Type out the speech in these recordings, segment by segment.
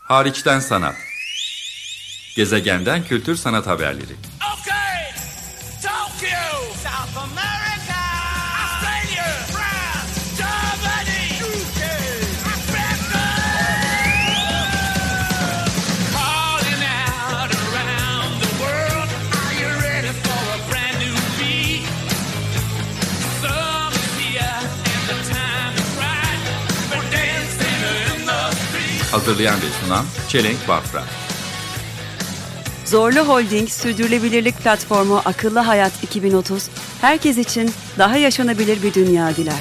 Hariçten sanat. Gezegenden kültür sanat haberleri. Okay, Tokyo, South America, Australia, France, Germany, UK, Africa. Calling out around the world. Are you ready for a brand new beat? Summer's here and the time is right. We're dancing in the street. Hazırlayan ve sunan Çelenk Bafra. Zorlu Holding Sürdürülebilirlik Platformu Akıllı Hayat 2030, herkes için daha yaşanabilir bir dünya diler.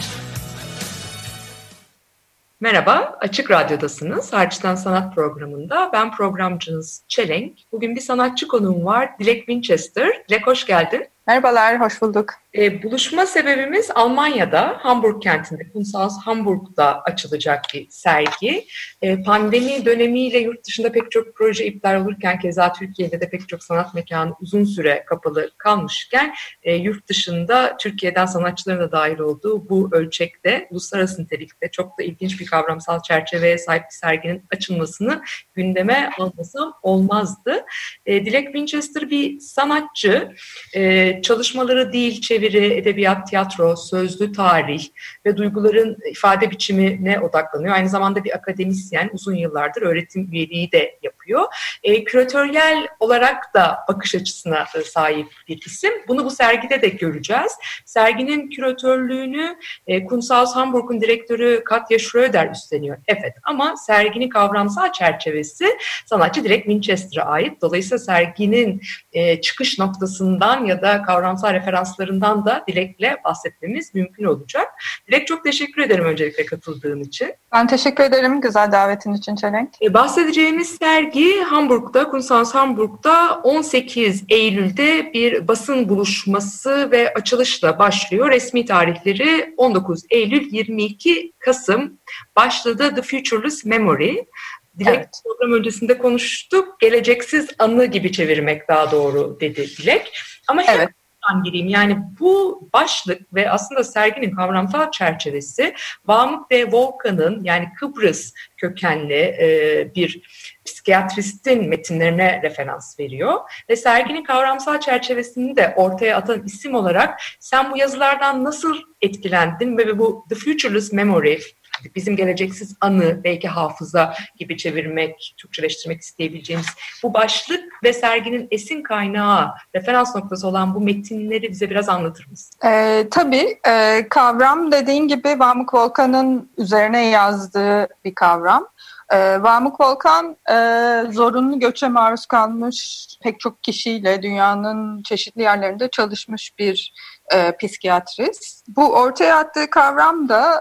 Merhaba, Açık Radyo'dasınız. Hariçten Sanat programında. Ben programcınız Çelenk. Bugün bir sanatçı konuğum var, Dilek Winchester. Dilek, hoş geldin. Merhabalar, hoş bulduk. Buluşma sebebimiz Almanya'da, Hamburg kentinde, Kunsthaus Hamburg'da açılacak bir sergi. Pandemi dönemiyle yurt dışında pek çok proje iptal olurken, keza Türkiye'de de pek çok sanat mekanı uzun süre kapalı kalmışken, yurt dışında Türkiye'den sanatçıların da dahil olduğu bu ölçekte, uluslararası nitelikte çok da ilginç bir kavramsal çerçeveye sahip bir serginin açılmasını gündeme almasam olmazdı. Dilek Winchester bir sanatçı. Çalışmaları dil, çeviri, edebiyat, tiyatro, sözlü tarih ve duyguların ifade biçimine odaklanıyor. Aynı zamanda bir akademisyen, uzun yıllardır öğretim üyeliği de yapıyor. Küratöryel olarak da bakış açısına sahip bir isim. Bunu bu sergide de göreceğiz. Serginin küratörlüğünü Kunsthaus Hamburg'un direktörü Katja Schröder üstleniyor. Evet, ama serginin kavramsal çerçevesi sanatçı Dilek Winchester'a ait. Dolayısıyla serginin çıkış noktasından ya da kavramsal referanslarından da Dilek'le bahsetmemiz mümkün olacak. Dilek, çok teşekkür ederim öncelikle katıldığın için. Ben teşekkür ederim güzel davetin için Çelenk. Bahsedeceğimiz sergi Hamburg'da, Kunsthaus Hamburg'da 18 Eylül'de bir basın buluşması ve açılışla başlıyor. Resmi tarihleri 19 Eylül, 22 Kasım. Başladı The Futureless Memory. Dilek, program öncesinde konuştuk. Geleceksiz anı gibi çevirmek daha doğru dedi Dilek. Ama evet. Gireyim. Yani bu başlık ve aslında serginin kavramsal çerçevesi Vamuk ve Volkan'ın, yani Kıbrıs kökenli bir psikiyatristin metinlerine referans veriyor. Ve serginin kavramsal çerçevesini de ortaya atan isim olarak sen bu yazılardan nasıl etkilendin ve bu The Futureless Memory, bizim geleceksiz anı, belki hafıza gibi çevirmek, Türkçeleştirmek isteyebileceğimiz bu başlık ve serginin esin kaynağı, referans noktası olan bu metinleri bize biraz anlatır mısın? Tabii. Kavram dediğin gibi Vamuk Volkan'ın üzerine yazdığı bir kavram. Vamuk Volkan zorunlu göçe maruz kalmış pek çok kişiyle dünyanın çeşitli yerlerinde çalışmış bir psikiyatrist. Bu ortaya attığı kavram da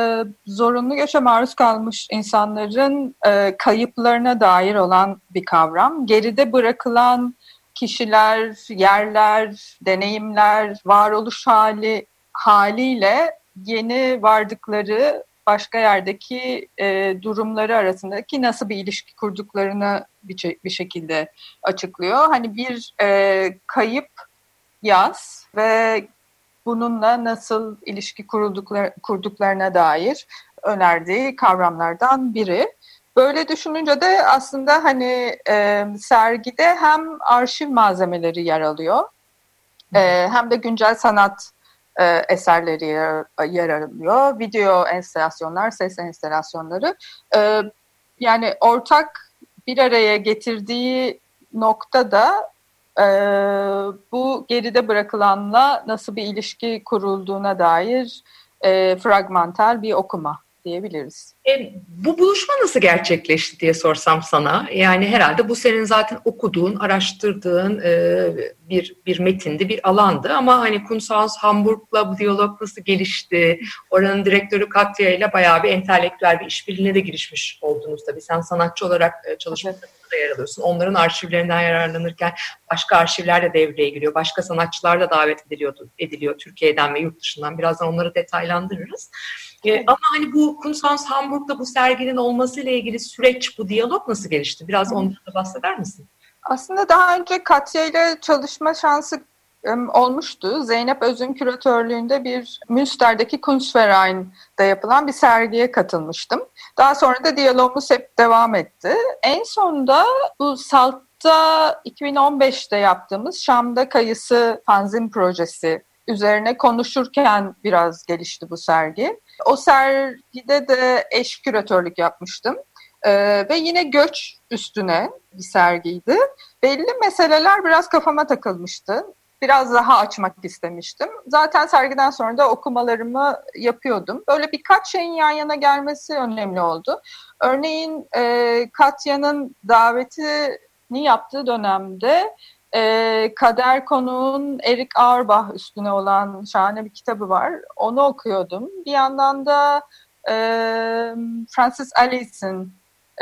zorunlu göçe maruz kalmış insanların kayıplarına dair olan bir kavram. Geride bırakılan kişiler, yerler, deneyimler, varoluş haliyle yeni vardıkları başka yerdeki durumları arasındaki nasıl bir ilişki kurduklarını bir şekilde açıklıyor. Hani bir kayıp yaz ve bununla nasıl ilişki kurduklarına dair önerdiği kavramlardan biri. Böyle düşününce de aslında hani sergide hem arşiv malzemeleri yer alıyor, hem de güncel sanat eserleri yer alıyor. Video enstalasyonlar, ses enstalasyonları. Yani ortak bir araya getirdiği noktada bu geride bırakılanla nasıl bir ilişki kurulduğuna dair fragmantal bir okuma diyebiliriz. Bu buluşma nasıl gerçekleşti diye sorsam sana. Yani herhalde bu senin zaten okuduğun, araştırdığın bir metindi, bir alandı. Ama hani Kunsthaus Hamburg'la bu diyalog nasıl gelişti? Oranın direktörü Katja ile bayağı bir entelektüel bir işbirliğine de girişmiş oldunuz tabii. Sen sanatçı olarak çalışmalarında da yer alıyorsun. Onların arşivlerinden yararlanırken başka arşivler de devreye giriyor. Başka sanatçılar da davet ediliyor Türkiye'den ve yurt dışından. Birazdan onları detaylandırırız. Ama hani bu Kunsthaus Hamburg'da bu serginin olmasıyla ilgili süreç, bu diyalog nasıl gelişti? Biraz ondan da bahseder misin? Aslında daha önce Katja ile çalışma şansı olmuştu. Zeynep Öz'ün küratörlüğünde bir Münster'deki Kunstverein'de yapılan bir sergiye katılmıştım. Daha sonra da diyalogumuz hep devam etti. En sonunda bu Salt'ta 2015'te yaptığımız Şam'da Kayısı fanzin projesi üzerine konuşurken biraz gelişti bu sergi. O sergide de eş küratörlük yapmıştım. Ve yine göç üstüne bir sergiydi. Belli meseleler biraz kafama takılmıştı. Biraz daha açmak istemiştim. Zaten sergiden sonra da okumalarımı yapıyordum. Böyle birkaç şeyin yan yana gelmesi önemli oldu. Örneğin Katya'nın davetini yaptığı dönemde Kader Konuğ'un Erik Auerbach üstüne olan şahane bir kitabı var. Onu okuyordum. Bir yandan da Francis Alice'in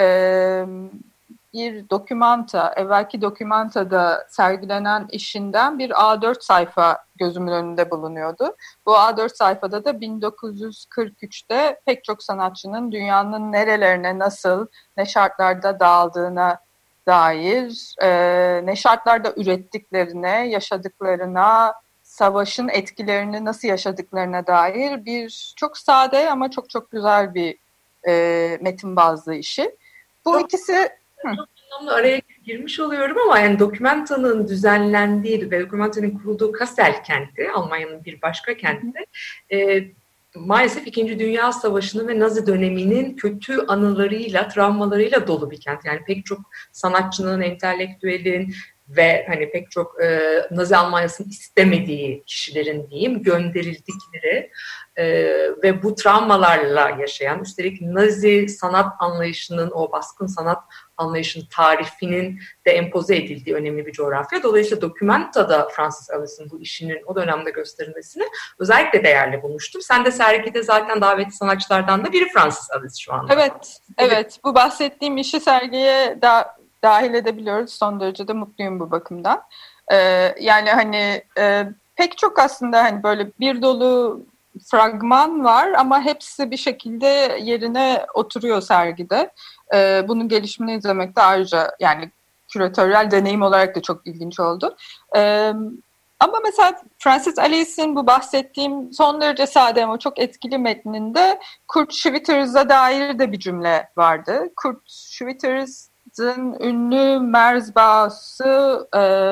bir dokümanta, evvelki dokümantada sergilenen işinden bir A4 sayfa gözümün önünde bulunuyordu. Bu A4 sayfada da 1943'te pek çok sanatçının dünyanın nerelerine, nasıl, ne şartlarda dağıldığına dair, ne şartlarda ürettiklerine, yaşadıklarına, savaşın etkilerini nasıl yaşadıklarına dair bir çok sade ama çok çok güzel bir metin bazlı işi. Bu ikisi... Anlamlı araya girmiş oluyorum ama yani Dokumenta'nın düzenlendiği ve Dokumenta'nın kurulduğu Kassel kenti, Almanya'nın bir başka kenti, maalesef İkinci Dünya Savaşı'nın ve Nazi döneminin kötü anılarıyla, travmalarıyla dolu bir kent. Yani pek çok sanatçının, entelektüelin ve hani pek çok Nazi Almanya'sını istemediği kişilerin diyeyim gönderildikleri ve bu travmalarla yaşayan, üstelik Nazi sanat anlayışının, o baskın sanat anlayışının tarifinin de empoze edildiği önemli bir coğrafya. Dolayısıyla Dokumenta'da Francis Alice'in bu işinin o dönemde gösterilmesini özellikle değerli bulmuştum. Sen de sergide zaten davetli sanatçılardan da biri Francis Alice şu anda. Evet. Bu bahsettiğim işi sergiye dahil edebiliyoruz. Son derece de mutluyum bu bakımdan. Yani hani pek çok aslında hani böyle bir dolu fragman var ama hepsi bir şekilde yerine oturuyor sergide. Bunun gelişimini izlemek de ayrıca yani küratöryel deneyim olarak da çok ilginç oldu. Ama mesela Francis Alice'in bu bahsettiğim son derece sade ama çok etkili metninde Kurt Schwitters'a dair de bir cümle vardı. Kurt Schwitters'ın ünlü Merzbau'su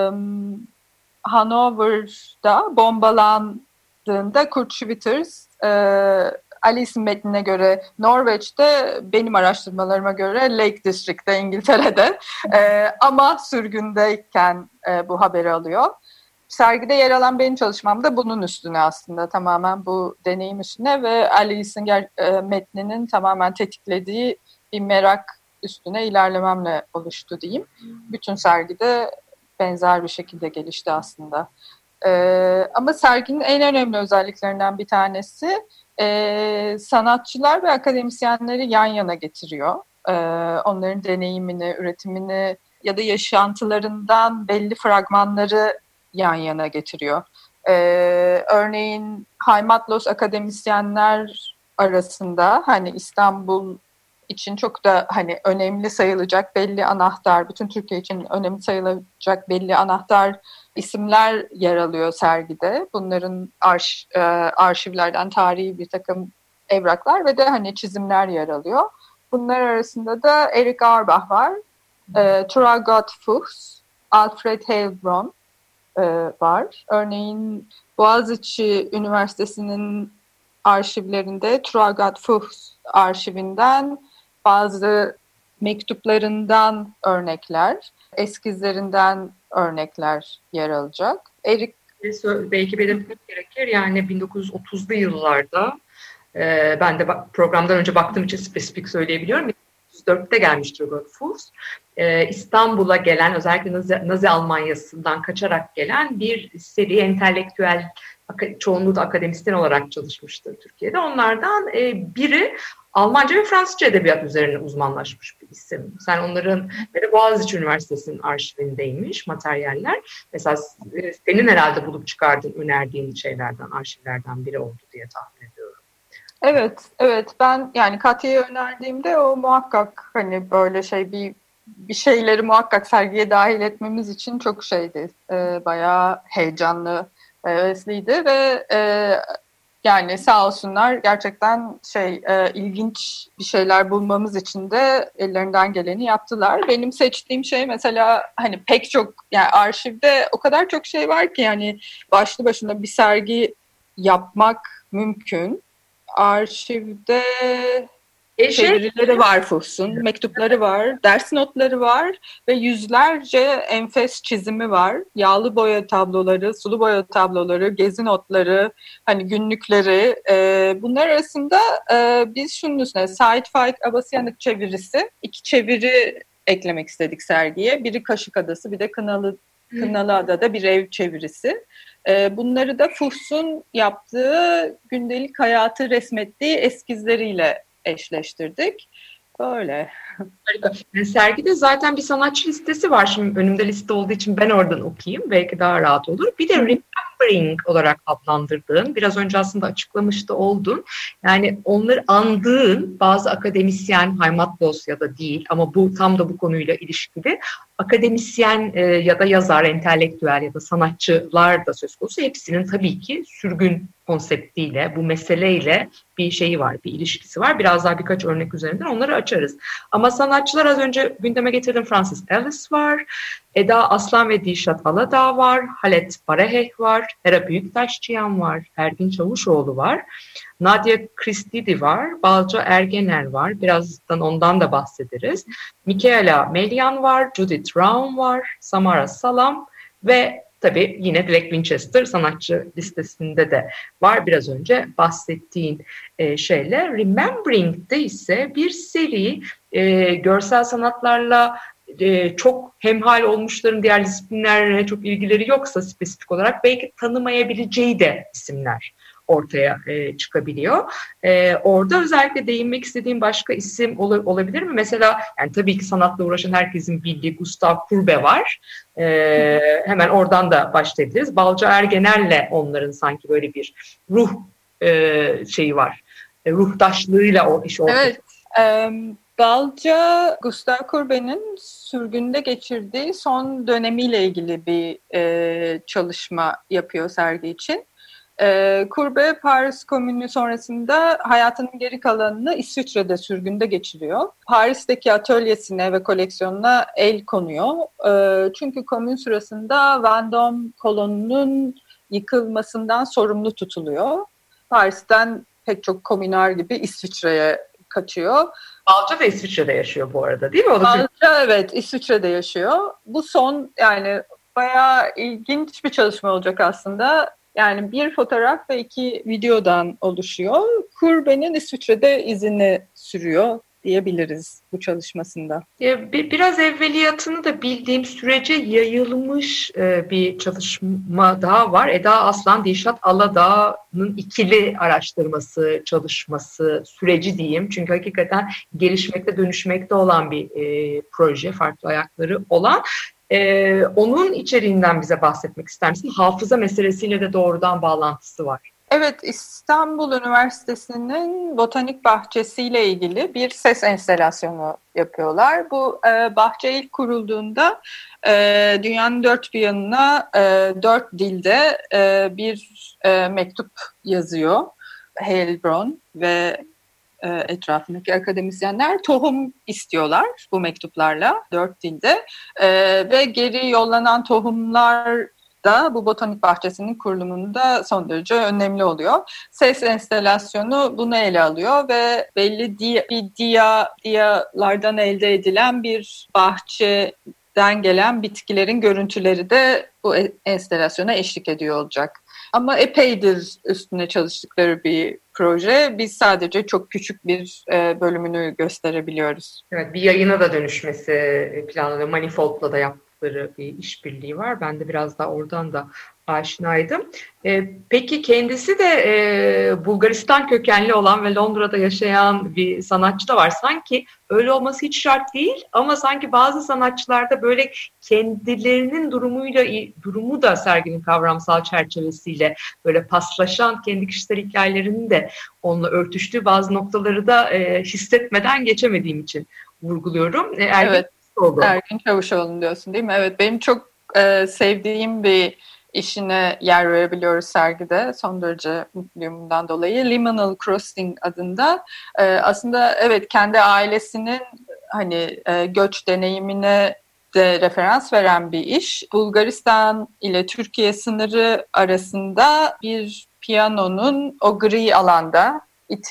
Hanover'da bombalandığında Kurt Schwitters Alice'in metnine göre Norveç'te, benim araştırmalarıma göre Lake District'te, İngiltere'de ama sürgündeyken bu haberi alıyor. Sergide yer alan benim çalışmam da bunun üstüne aslında, tamamen bu deneyim üstüne ve Alice'in metninin tamamen tetiklediği bir merak üstüne ilerlememle oluştu diyeyim. Bütün sergide benzer bir şekilde gelişti aslında. Ama serginin en önemli özelliklerinden bir tanesi sanatçılar ve akademisyenleri yan yana getiriyor. Onların deneyimini, üretimini ya da yaşantılarından belli fragmanları yan yana getiriyor. Örneğin Heimatlos akademisyenler arasında hani İstanbul için çok da hani önemli sayılacak belli anahtar, bütün Türkiye için önemli sayılacak belli anahtar isimler yer alıyor sergide. Bunların arşivlerden tarihi bir takım evraklar ve de hani çizimler yer alıyor. Bunlar arasında da Erik Auerbach var, Traugott Fuchs, Alfred Heilbronn var. Örneğin Boğaziçi Üniversitesi'nin arşivlerinde Traugott Fuchs arşivinden bazı mektuplarından örnekler, eskizlerinden örnekler yer alacak. Erik belki belirtmek gerekir. Yani 1930'lu yıllarda ben de programdan önce baktığım için spesifik söyleyebiliyorum. 1934'te gelmiştir Traugott Fuchs. İstanbul'a gelen, özellikle Nazi Almanya'sından kaçarak gelen bir seri entelektüel, çoğunluğu da akademisyen olarak çalışmıştır Türkiye'de. Onlardan biri Almanca ve Fransızca edebiyat üzerine uzmanlaşmış bir isim. Sen onların ve Boğaziçi Üniversitesi'nin arşivindeymiş materyaller. Mesela senin herhalde bulup çıkardığın, önerdiğin şeylerden, arşivlerden biri oldu diye tahmin ediyorum. Evet. Ben yani Katya'yı önerdiğimde o muhakkak hani böyle şey bir bir şeyleri muhakkak sergiye dahil etmemiz için çok şeydi. Bayağı heyecanlı, hevesliydi ve yani sağ olsunlar gerçekten ilginç bir şeyler bulmamız için de ellerinden geleni yaptılar. Benim seçtiğim şey mesela hani pek çok, yani arşivde o kadar çok şey var ki yani başlı başına bir sergi yapmak mümkün. Arşivde çevirileri var Fuchs'un, mektupları var, ders notları var ve yüzlerce enfes çizimi var. Yağlı boya tabloları, sulu boya tabloları, gezi notları, hani günlükleri. Bunlar arasında biz şunun üstüne Sait Faik Abasıyanık çevirisi, 2 çeviri eklemek istedik sergiye. Biri Kaşık Adası, bir de Kınalıada'da bir ev çevirisi. Bunları da Fuchs'un yaptığı gündelik hayatı resmettiği eskizleriyle eşleştirdik. Böyle. Harika. Sergide zaten bir sanatçı listesi var. Şimdi önümde liste olduğu için ben oradan okuyayım. Belki daha rahat olur. Bir de remembering olarak adlandırdığın, biraz önce aslında açıklamış da oldun. Yani onları andığın bazı akademisyen, Heimatlos ya da değil ama bu tam da bu konuyla ilişkili akademisyen ya da yazar, entelektüel ya da sanatçılar da söz konusu. Hepsinin tabii ki sürgün konseptiyle, bu meseleyle bir şeyi var, bir ilişkisi var. Biraz daha birkaç örnek üzerinden onları açarız. Ama sanatçılar az önce gündeme getirdim. Francis Ellis var, Eda Aslan ve Dilşat Aladağ var, Halet Bareheh var, Hera Büyüktaşçıyan var, Ergin Çavuşoğlu var, Nadia Christidi var, Balca Ergener var, birazdan ondan da bahsederiz. Michaela Melian var, Judith Raum var, Samara Salam ve tabii yine Black Winchester sanatçı listesinde de var biraz önce bahsettiğin şeyler. Remembering'de ise bir seri görsel sanatlarla çok hemhal olmuşların diğer disiplinlerle çok ilgileri yoksa spesifik olarak belki tanımayabileceği de isimler ortaya çıkabiliyor. Orada özellikle değinmek istediğim başka isim olabilir mi? Mesela yani tabii ki sanatla uğraşan herkesin bildiği Gustav Kurbe var. Hemen oradan da başlayabiliriz. Balca Ergener'le onların sanki böyle bir ruh şeyi var. Ruhtaşlığıyla o iş ortaya. Evet. Balca, Gustav Kurbe'nin sürgünde geçirdiği son dönemiyle ilgili bir çalışma yapıyor sergi için. Kurbe Paris Komünü sonrasında hayatının geri kalanını İsviçre'de sürgünde geçiriyor. Paris'teki atölyesine ve koleksiyonuna el konuyor. Çünkü komün sırasında Vendôme kolonunun yıkılmasından sorumlu tutuluyor. Paris'ten pek çok komünler gibi İsviçre'ye kaçıyor. Balca da İsviçre'de yaşıyor bu arada değil mi? Balca evet İsviçre'de yaşıyor. Bu son yani bayağı ilginç bir çalışma olacak aslında. Yani bir fotoğraf ve 2 videodan oluşuyor. Kurbe'nin İsviçre'de izini sürüyor diyebiliriz bu çalışmasında. Biraz evveliyatını da bildiğim sürece yayılmış bir çalışma daha var. Eda Aslan, Dilşat Aladağ'ın ikili araştırması, çalışması, süreci diyeyim. Çünkü hakikaten gelişmekte, dönüşmekte olan bir proje, farklı ayakları olan. Onun içeriğinden bize bahsetmek ister misin? Hafıza meselesiyle de doğrudan bağlantısı var. Evet, İstanbul Üniversitesi'nin botanik bahçesiyle ilgili bir ses enstalasyonu yapıyorlar. Bu bahçe ilk kurulduğunda dünyanın dört bir yanına 4 dilde bir mektup yazıyor Heilbronn ve etrafındaki akademisyenler tohum istiyorlar bu mektuplarla 4 dilde ve geri yollanan tohumlar da bu botanik bahçesinin kurulumunda son derece önemli oluyor. Ses enstalasyonu bunu ele alıyor ve belli diyalardan elde edilen bir bahçeden gelen bitkilerin görüntüleri de bu enstalasyona eşlik ediyor olacak. Ama epeydir üstüne çalıştıkları bir proje. Biz sadece çok küçük bir bölümünü gösterebiliyoruz. Evet, bir yayına da dönüşmesi planlanıyor. Manifold'la da yaptıkları bir işbirliği var. Ben de biraz daha oradan da aşinaydım. Peki kendisi de Bulgaristan kökenli olan ve Londra'da yaşayan bir sanatçı da var. Sanki öyle olması hiç şart değil ama sanki bazı sanatçılarda böyle kendilerinin durumu da serginin kavramsal çerçevesiyle böyle paslaşan kendi kişisel hikayelerinin de onunla örtüştüğü bazı noktaları da hissetmeden geçemediğim için vurguluyorum. Evet. Çavuşoğlu. Ergün Çavuşoğlu diyorsun değil mi? Evet, benim çok sevdiğim bir işine yer verebiliyoruz sergide. Son derece mutluyum bundan dolayı. Liminal Crossing adında. Aslında evet, kendi ailesinin hani göç deneyimine de referans veren bir iş. Bulgaristan ile Türkiye sınırı arasında bir piyanonun o gri alanda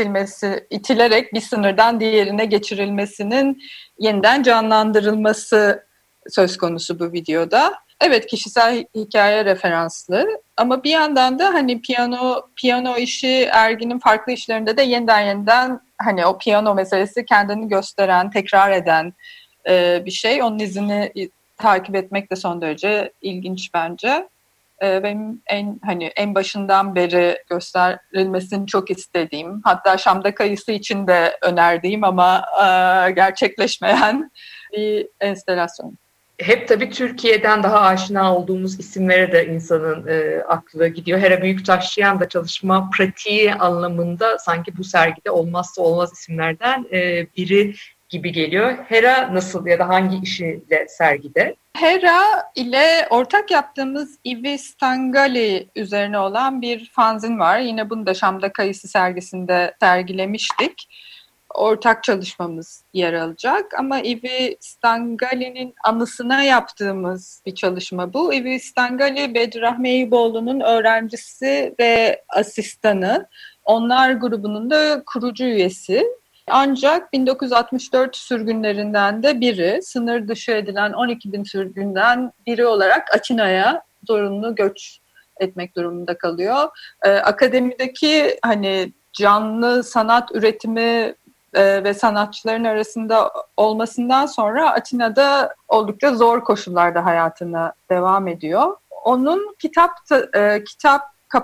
itilerek bir sınırdan diğerine geçirilmesinin yeniden canlandırılması söz konusu bu videoda. Evet, kişisel hikaye referanslı ama bir yandan da hani piyano işi Ergin'in farklı işlerinde de yeniden hani o piyano meselesi kendini gösteren, tekrar eden bir şey. Onun izini takip etmek de son derece ilginç bence. Benim en başından beri gösterilmesini çok istediğim, hatta Şam'da Kayısı için de önerdiğim ama gerçekleşmeyen bir enstelasyon. Hep tabii Türkiye'den daha aşina olduğumuz isimlere de insanın aklı gidiyor. Hera Büyüktaşçıyan da çalışma pratiği anlamında sanki bu sergide olmazsa olmaz isimlerden biri gibi geliyor. Hera nasıl ya da hangi işiyle sergide? Hera ile ortak yaptığımız Ivi Stangali üzerine olan bir fanzin var. Yine bunu da Şam'da Kayısı sergisinde sergilemiştik. Ortak çalışmamız yer alacak ama Ivi Stangali'nin anısına yaptığımız bir çalışma bu. Ivi Stangali, Bedirahmi Eyüboğlu'nun öğrencisi ve asistanı. Onlar grubunun da kurucu üyesi. Ancak 1964 sürgünlerinden de biri, sınır dışı edilen 12.000 sürgünden biri olarak Atina'ya zorunlu göç etmek durumunda kalıyor. Akademideki hani canlı sanat üretimi ve sanatçıların arasında olmasından sonra Atina'da oldukça zor koşullarda hayatına devam ediyor. Onun kitap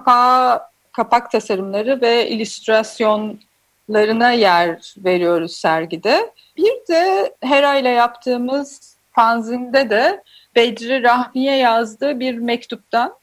kapak tasarımları ve illüstrasyonlarına yer veriyoruz sergide. Bir de Hera ile yaptığımız fanzinde de Bedri Rahmi'ye yazdığı bir mektuptan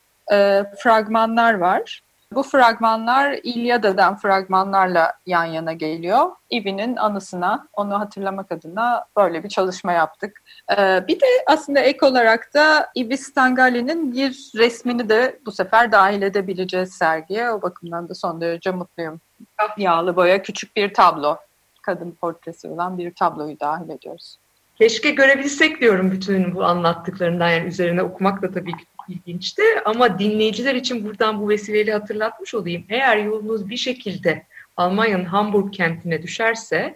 fragmanlar var. Bu fragmanlar İlyada'dan fragmanlarla yan yana geliyor. Ivi'nin anısına, onu hatırlamak adına böyle bir çalışma yaptık. Bir de aslında ek olarak da Ivi Stangali'nin bir resmini de bu sefer dahil edebileceğiz sergiye. O bakımdan da son derece mutluyum. Yağlı boya küçük bir tablo, kadın portresi olan bir tabloyu dahil ediyoruz. Keşke görebilsek diyorum bütün bu anlattıklarından, yani üzerine okumak da tabii ki ilginçti ama dinleyiciler için buradan bu vesileyle hatırlatmış olayım. Eğer yolunuz bir şekilde Almanya'nın Hamburg kentine düşerse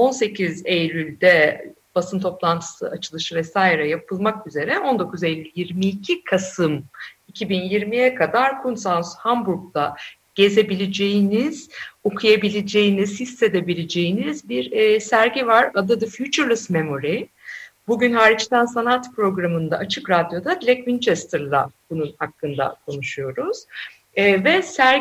18 Eylül'de basın toplantısı açılışı vesaire yapılmak üzere 19 Eylül 22 Kasım 2020'ye kadar Kunsthaus Hamburg'da gezebileceğiniz, okuyabileceğiniz, hissedebileceğiniz bir sergi var. Adı The Futureless Memory. Bugün Hariçten Sanat programında Açık Radyo'da Dilek Winchester'la bunun hakkında konuşuyoruz. Ve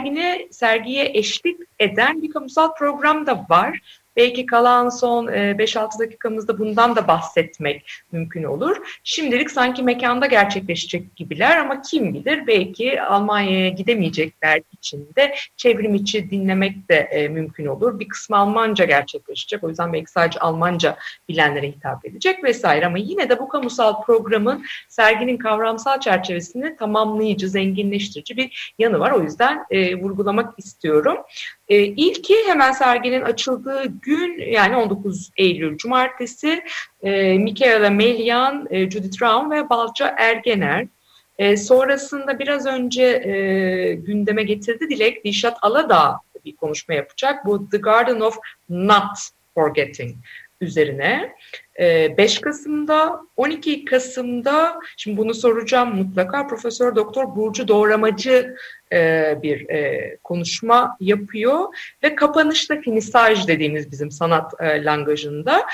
sergiye eşlik eden bir kamusal program da var. Belki kalan son 5-6 dakikamızda bundan da bahsetmek mümkün olur. Şimdilik sanki mekanda gerçekleşecek gibiler ama kim bilir, belki Almanya'ya gidemeyecekler için de çevrim içi dinlemek de mümkün olur. Bir kısmı Almanca gerçekleşecek, o yüzden belki sadece Almanca bilenlere hitap edecek vesaire. Ama yine de bu kamusal programın serginin kavramsal çerçevesini tamamlayıcı, zenginleştirici bir yanı var. O yüzden vurgulamak istiyorum. İlki hemen serginin açıldığı gün, yani 19 Eylül Cumartesi, Michaela Melyan, Judith Raum ve Balca Ergener. Sonrasında biraz önce gündeme getirdi Dilek, Dilşat Aladağ bir konuşma yapacak. Bu The Garden of Not Forgetting üzerine. 5 Kasım'da, 12 Kasım'da, şimdi bunu soracağım mutlaka, Profesör Doktor Burcu Doğramacı bir konuşma yapıyor ve kapanışta finisaj dediğimiz bizim sanat langajında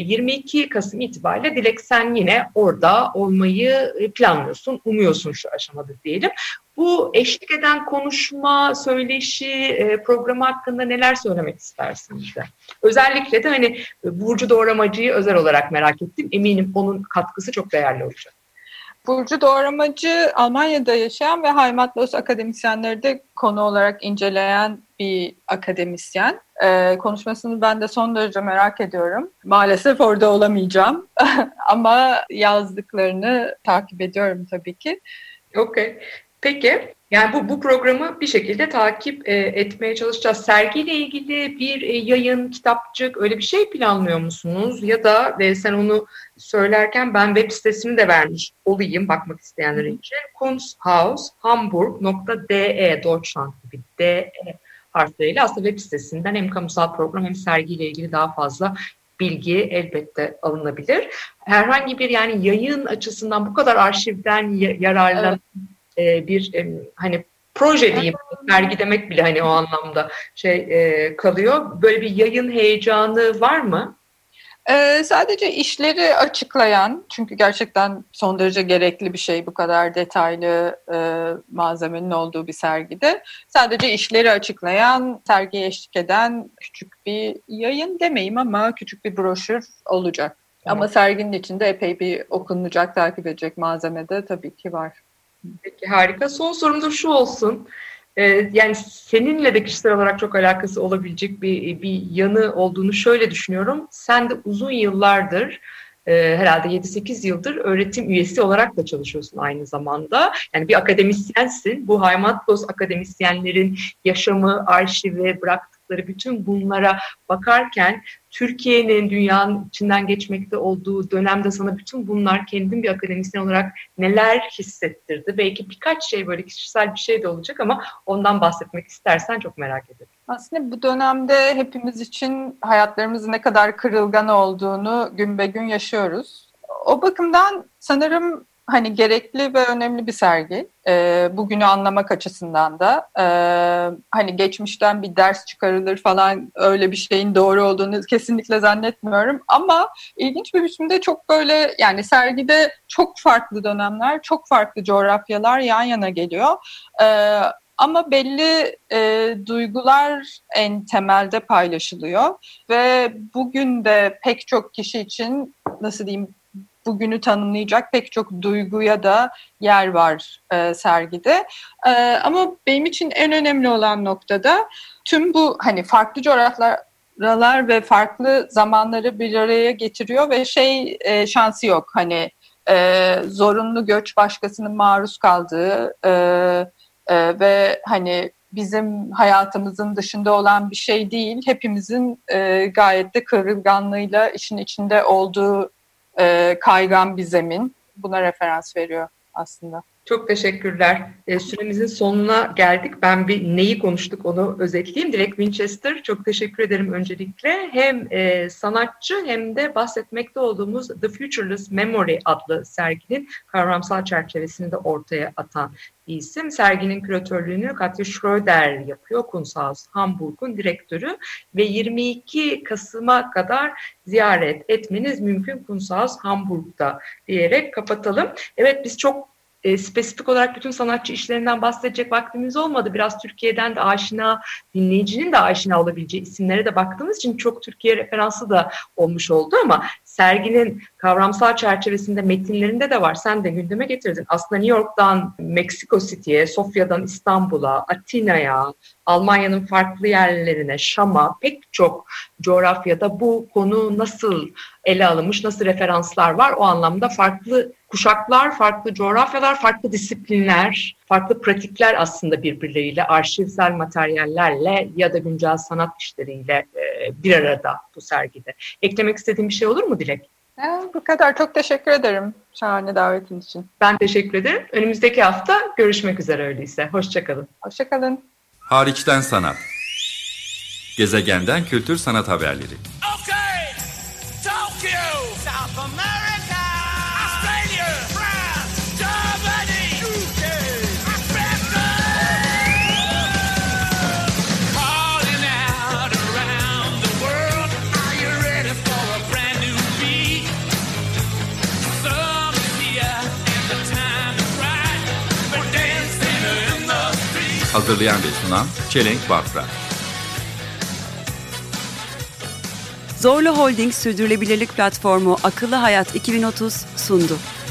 22 Kasım itibariyle Dilek, sen yine orada olmayı planlıyorsun, umuyorsun şu aşamada diyelim. Bu eşlik eden konuşma, söyleşi, programı hakkında neler söylemek istersin bize? Özellikle de hani Burcu Doğramacı'yı özel olarak merak ettim. Eminim onun katkısı çok değerli olacak. Burcu Doğramacı Almanya'da yaşayan ve Heimatlos akademisyenleri de konu olarak inceleyen bir akademisyen. Konuşmasını ben de son derece merak ediyorum. Maalesef orada olamayacağım ama yazdıklarını takip ediyorum tabii ki. Okey. Peki, yani bu programı bir şekilde takip etmeye çalışacağız. Sergiyle ilgili bir yayın, kitapçık öyle bir şey planlıyor musunuz? Ya da sen onu söylerken ben web sitesini de vermiş olayım bakmak isteyenler için. Kunsthaus.hamburg.de Deutschland gibi DE harfleriyle aslında web sitesinden hem kamusal program hem sergiyle ilgili daha fazla bilgi elbette alınabilir. Herhangi bir yani yayın açısından bu kadar arşivden yararlanan bir hani proje diyeyim, sergi demek bile hani o anlamda kalıyor. Böyle bir yayın heyecanı var mı? Sadece işleri açıklayan, çünkü gerçekten son derece gerekli bir şey bu kadar detaylı malzemenin olduğu bir sergide. Sadece işleri açıklayan, sergiye eşlik eden küçük bir yayın demeyeyim ama küçük bir broşür olacak. Evet. Ama serginin içinde epey bir okunacak, takip edecek malzeme de tabii ki var. Peki, harika. Son sorum da şu olsun. Yani seninle de kişisel olarak çok alakası olabilecek bir yanı olduğunu şöyle düşünüyorum. Sen de uzun yıllardır, herhalde 7-8 yıldır öğretim üyesi olarak da çalışıyorsun aynı zamanda. Yani bir akademisyensin. Bu Heimatlos akademisyenlerin yaşamı, arşivi, bıraktıkları bütün bunlara bakarken Türkiye'nin dünyanın içinden geçmekte olduğu dönemde sana bütün bunlar kendin bir akademisyen olarak neler hissettirdi? Belki birkaç şey böyle kişisel bir şey de olacak ama ondan bahsetmek istersen çok merak ederim. Aslında bu dönemde hepimiz için hayatlarımızın ne kadar kırılgan olduğunu gün be gün yaşıyoruz. O bakımdan sanırım hani gerekli ve önemli bir sergi. Bugünü anlamak açısından da. Hani geçmişten bir ders çıkarılır falan öyle bir şeyin doğru olduğunu kesinlikle zannetmiyorum. Ama ilginç bir biçimde çok böyle yani sergide çok farklı dönemler, çok farklı coğrafyalar yan yana geliyor. Ama belli duygular en temelde paylaşılıyor. Ve bugün de pek çok kişi için nasıl diyeyim bugünü tanımlayacak pek çok duyguya da yer var sergide. Ama benim için en önemli olan noktada tüm bu hani farklı coğrafyalar ve farklı zamanları bir araya getiriyor ve şansı yok. Hani zorunlu göç başkasının maruz kaldığı ve hani bizim hayatımızın dışında olan bir şey değil. Hepimizin gayet de kırılganlığıyla işin içinde olduğu kaygan bir zemin. Buna referans veriyor aslında. Çok teşekkürler. Süremizin sonuna geldik. Ben bir neyi konuştuk onu özetleyeyim. Dilek Winchester, çok teşekkür ederim öncelikle. Hem sanatçı hem de bahsetmekte olduğumuz The Futureless Memory adlı serginin kavramsal çerçevesini de ortaya atan bir isim. Serginin küratörlüğünü Katja Schröder yapıyor. Kunsthaus Hamburg'un direktörü ve 22 Kasım'a kadar ziyaret etmeniz mümkün Kunsthaus Hamburg'da diyerek kapatalım. Evet, biz çok spesifik olarak bütün sanatçı işlerinden bahsedecek vaktimiz olmadı. Biraz Türkiye'den de aşina, dinleyicinin de aşina olabileceği isimlere de baktığımız için çok Türkiye referansı da olmuş oldu ama serginin kavramsal çerçevesinde metinlerinde de var. Sen de gündeme getirdin. Aslında New York'tan Meksiko City'ye, Sofya'dan İstanbul'a, Atina'ya, Almanya'nın farklı yerlerine, Şam'a, pek çok coğrafyada bu konu nasıl ele alınmış, nasıl referanslar var? O anlamda farklı kuşaklar, farklı coğrafyalar, farklı disiplinler, farklı pratikler aslında birbirleriyle, arşivsel materyallerle ya da güncel sanat işleriyle bir arada bu sergide. Eklemek istediğin bir şey olur mu Dilek? Bu kadar. Çok teşekkür ederim şahane davetin için. Ben teşekkür ederim. Önümüzdeki hafta görüşmek üzere öyleyse. Hoşçakalın. Hoşçakalın. Hariçten sanat. Gezegenden kültür sanat haberleri. Okay, Tokyo, South America, Australia, France, Germany, UK, Africa. Calling out around the world, are you ready for a brand new beat? Summer's here and the time is right. We're dancing in the street. Hazırlayan ve sunan Çelenk Bafra. Zorlu Holding Sürdürülebilirlik Platformu Akıllı Hayat 2030 sundu.